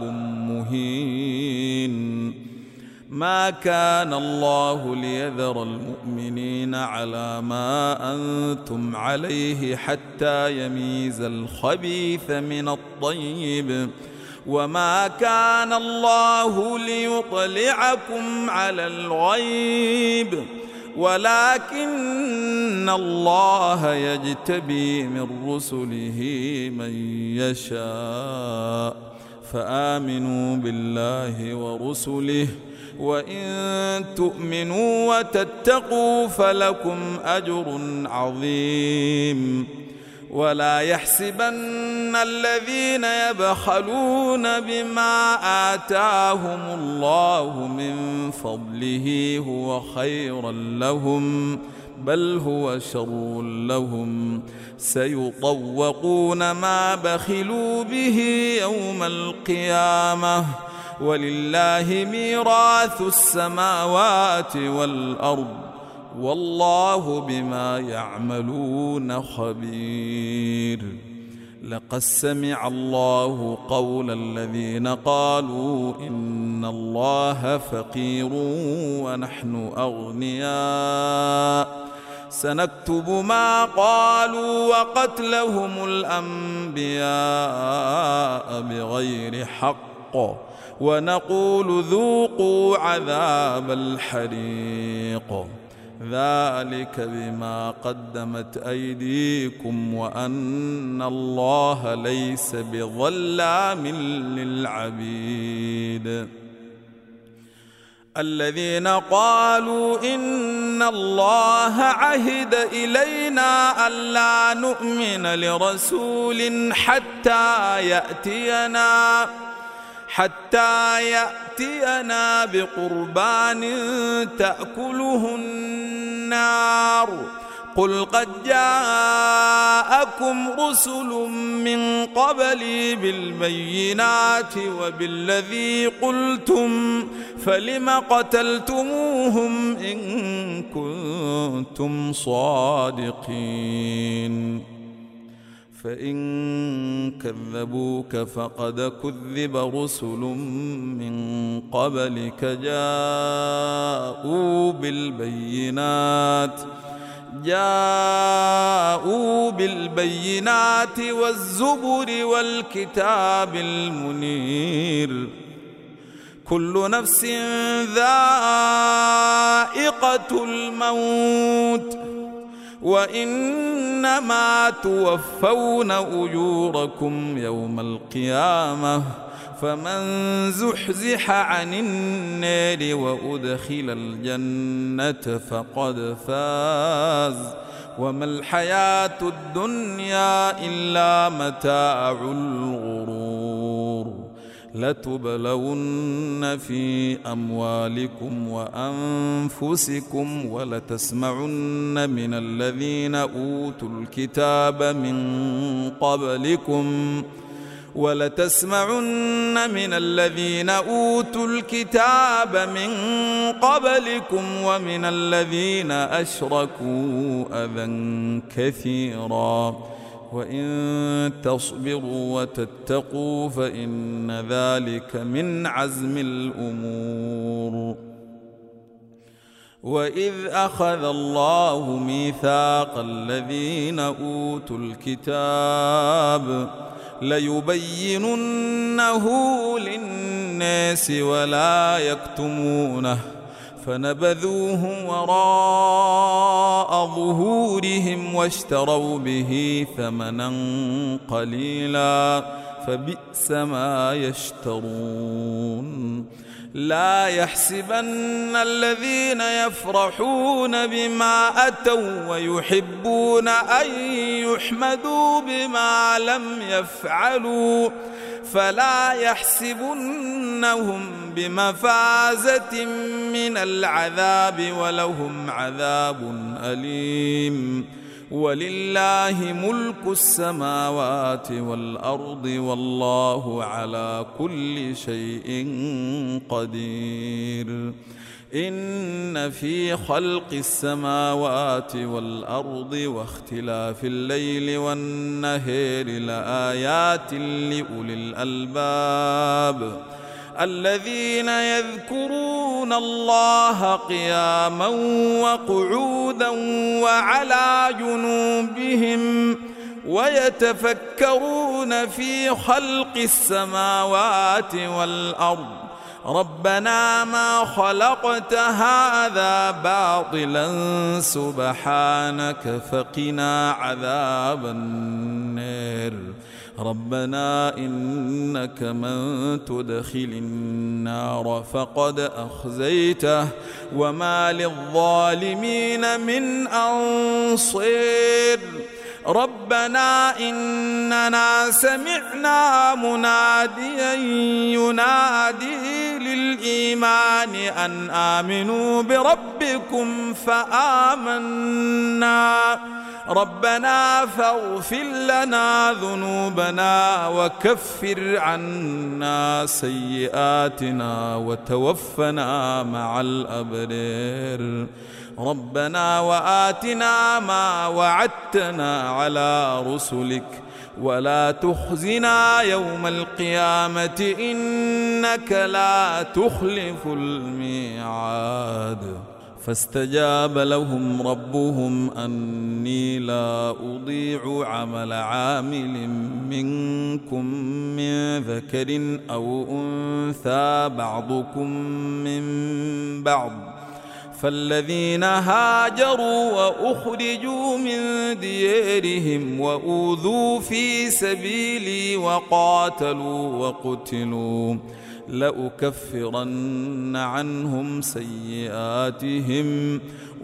مهين. ما كان الله ليذر المؤمنين على ما أنتم عليه حتى يميز الخبيث من الطيب وما كان الله ليطلعكم على الغيب ولكن الله يجتبي من رسله من يشاء فآمنوا بالله ورسله وإن تؤمنوا وتتقوا فلكم أجر عظيم. ولا يحسبن الذين يبخلون بما آتاهم الله من فضله هو خيرا لهم بل هو شر لهم سيطوقون ما بخلوا به يوم القيامة ولله ميراث السماوات والأرض والله بما يعملون خبير. لقد سمع الله قول الذين قالوا إن الله فقير ونحن أغنياء سنكتب ما قالوا وقتلهم الأنبياء بغير حق ونقول ذوقوا عذاب الحريق ذلك بما قدمت أيديكم وأن الله ليس بظلام للعبيد. الذين قالوا إن الله عهد إلينا ألا نؤمن لرسول حتى يأتينا بقربان تأكله النار قل قد جاءكم رسل من قبلي بالبينات وبالذي قلتم فلم قتلتموهم إن كنتم صادقين. فإن كذبوك فقد كذب رسل من قبلك جاءوا بالبينات والزبر والكتاب المنير. كل نفس ذائقة الموت وإنما توفون أجوركم يوم القيامة فمن زحزح عن النار وأدخل الجنة فقد فاز وما الحياة الدنيا إلا متاع الغرور. لتبلون في أموالكم وأنفسكم ولتسمعن من الذين أوتوا الكتاب من قبلكم ومن الذين أشركوا أذى كثيرا وإن تصبروا وتتقوا فإن ذلك من عزم الأمور. وإذ أخذ الله ميثاق الذين أوتوا الكتاب ليبيننه للناس ولا يكتمونه فنبذوه وراء ظهورهم واشتروا به ثمنا قليلا فبئس ما يشترون لا يحسبن الذين يفرحون بما أتوا ويحبون أن يحمدوا بما لم يفعلوا فلا يحسبنهم بمفازة من العذاب ولهم عذاب أليم ولله ملك السماوات والأرض والله على كل شيء قدير إن في خلق السماوات والأرض واختلاف الليل والنهار لآيات لأولي الألباب الذين يذكرون الله قياما وقعودا وعلى جنوبهم ويتفكرون في خلق السماوات والأرض ربنا ما خلقت هذا باطلا سبحانك فقنا عذاب النار ربنا إنك من تدخل النار فقد أخزيته وما للظالمين من أنصير ربنا إننا سمعنا مناديا ينادي للإيمان أن آمنوا بربكم فآمنا ربنا فاغفر لنا ذنوبنا وكفر عنا سيئاتنا وتوفنا مع الأبرار ربنا وآتنا ما وعدتنا على رسلك ولا تخزنا يوم القيامة إنك لا تخلف الميعاد فاستجاب لهم ربهم أني لا أضيع عمل عامل منكم من ذكر أو أنثى بعضكم من بعض فالذين هاجروا وأخرجوا من ديارهم وأوذوا في سبيلي وقاتلوا وقتلوا لأكفرن عنهم سيئاتهم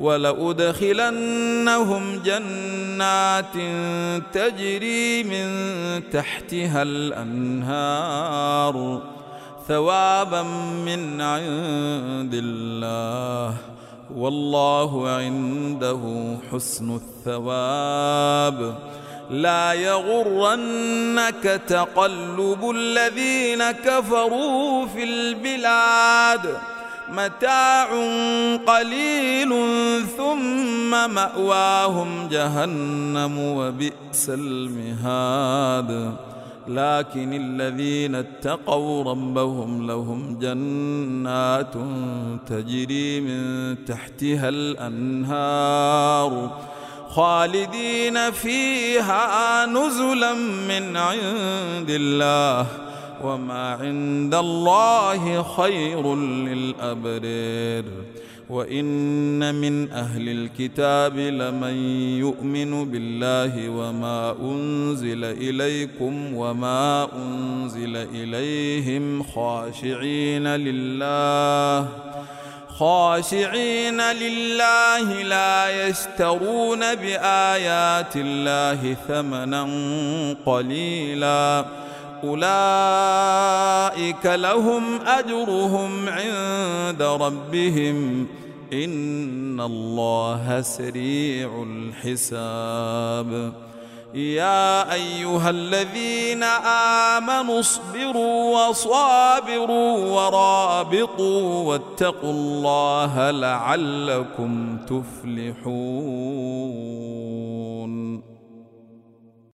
ولأدخلنهم جنات تجري من تحتها الأنهار ثوابا من عند الله والله عنده حسن الثواب لا يغرنك تقلب الذين كفروا في البلاد متاع قليل ثم مأواهم جهنم وبئس المهاد لكن الذين اتقوا ربهم لهم جنات تجري من تحتها الأنهار خالدين فيها نزلا من عند الله وما عند الله خير للأبرار وإن من أهل الكتاب لمن يؤمن بالله وما أنزل إليكم وما أنزل إليهم خاشعين لله لا يشترون بآيات الله ثمنا قليلا أولئك لهم أجرهم عند ربهم إن الله سريع الحساب يا أيها الذين آمنوا اصبروا وصابروا ورابطوا واتقوا الله لعلكم تفلحون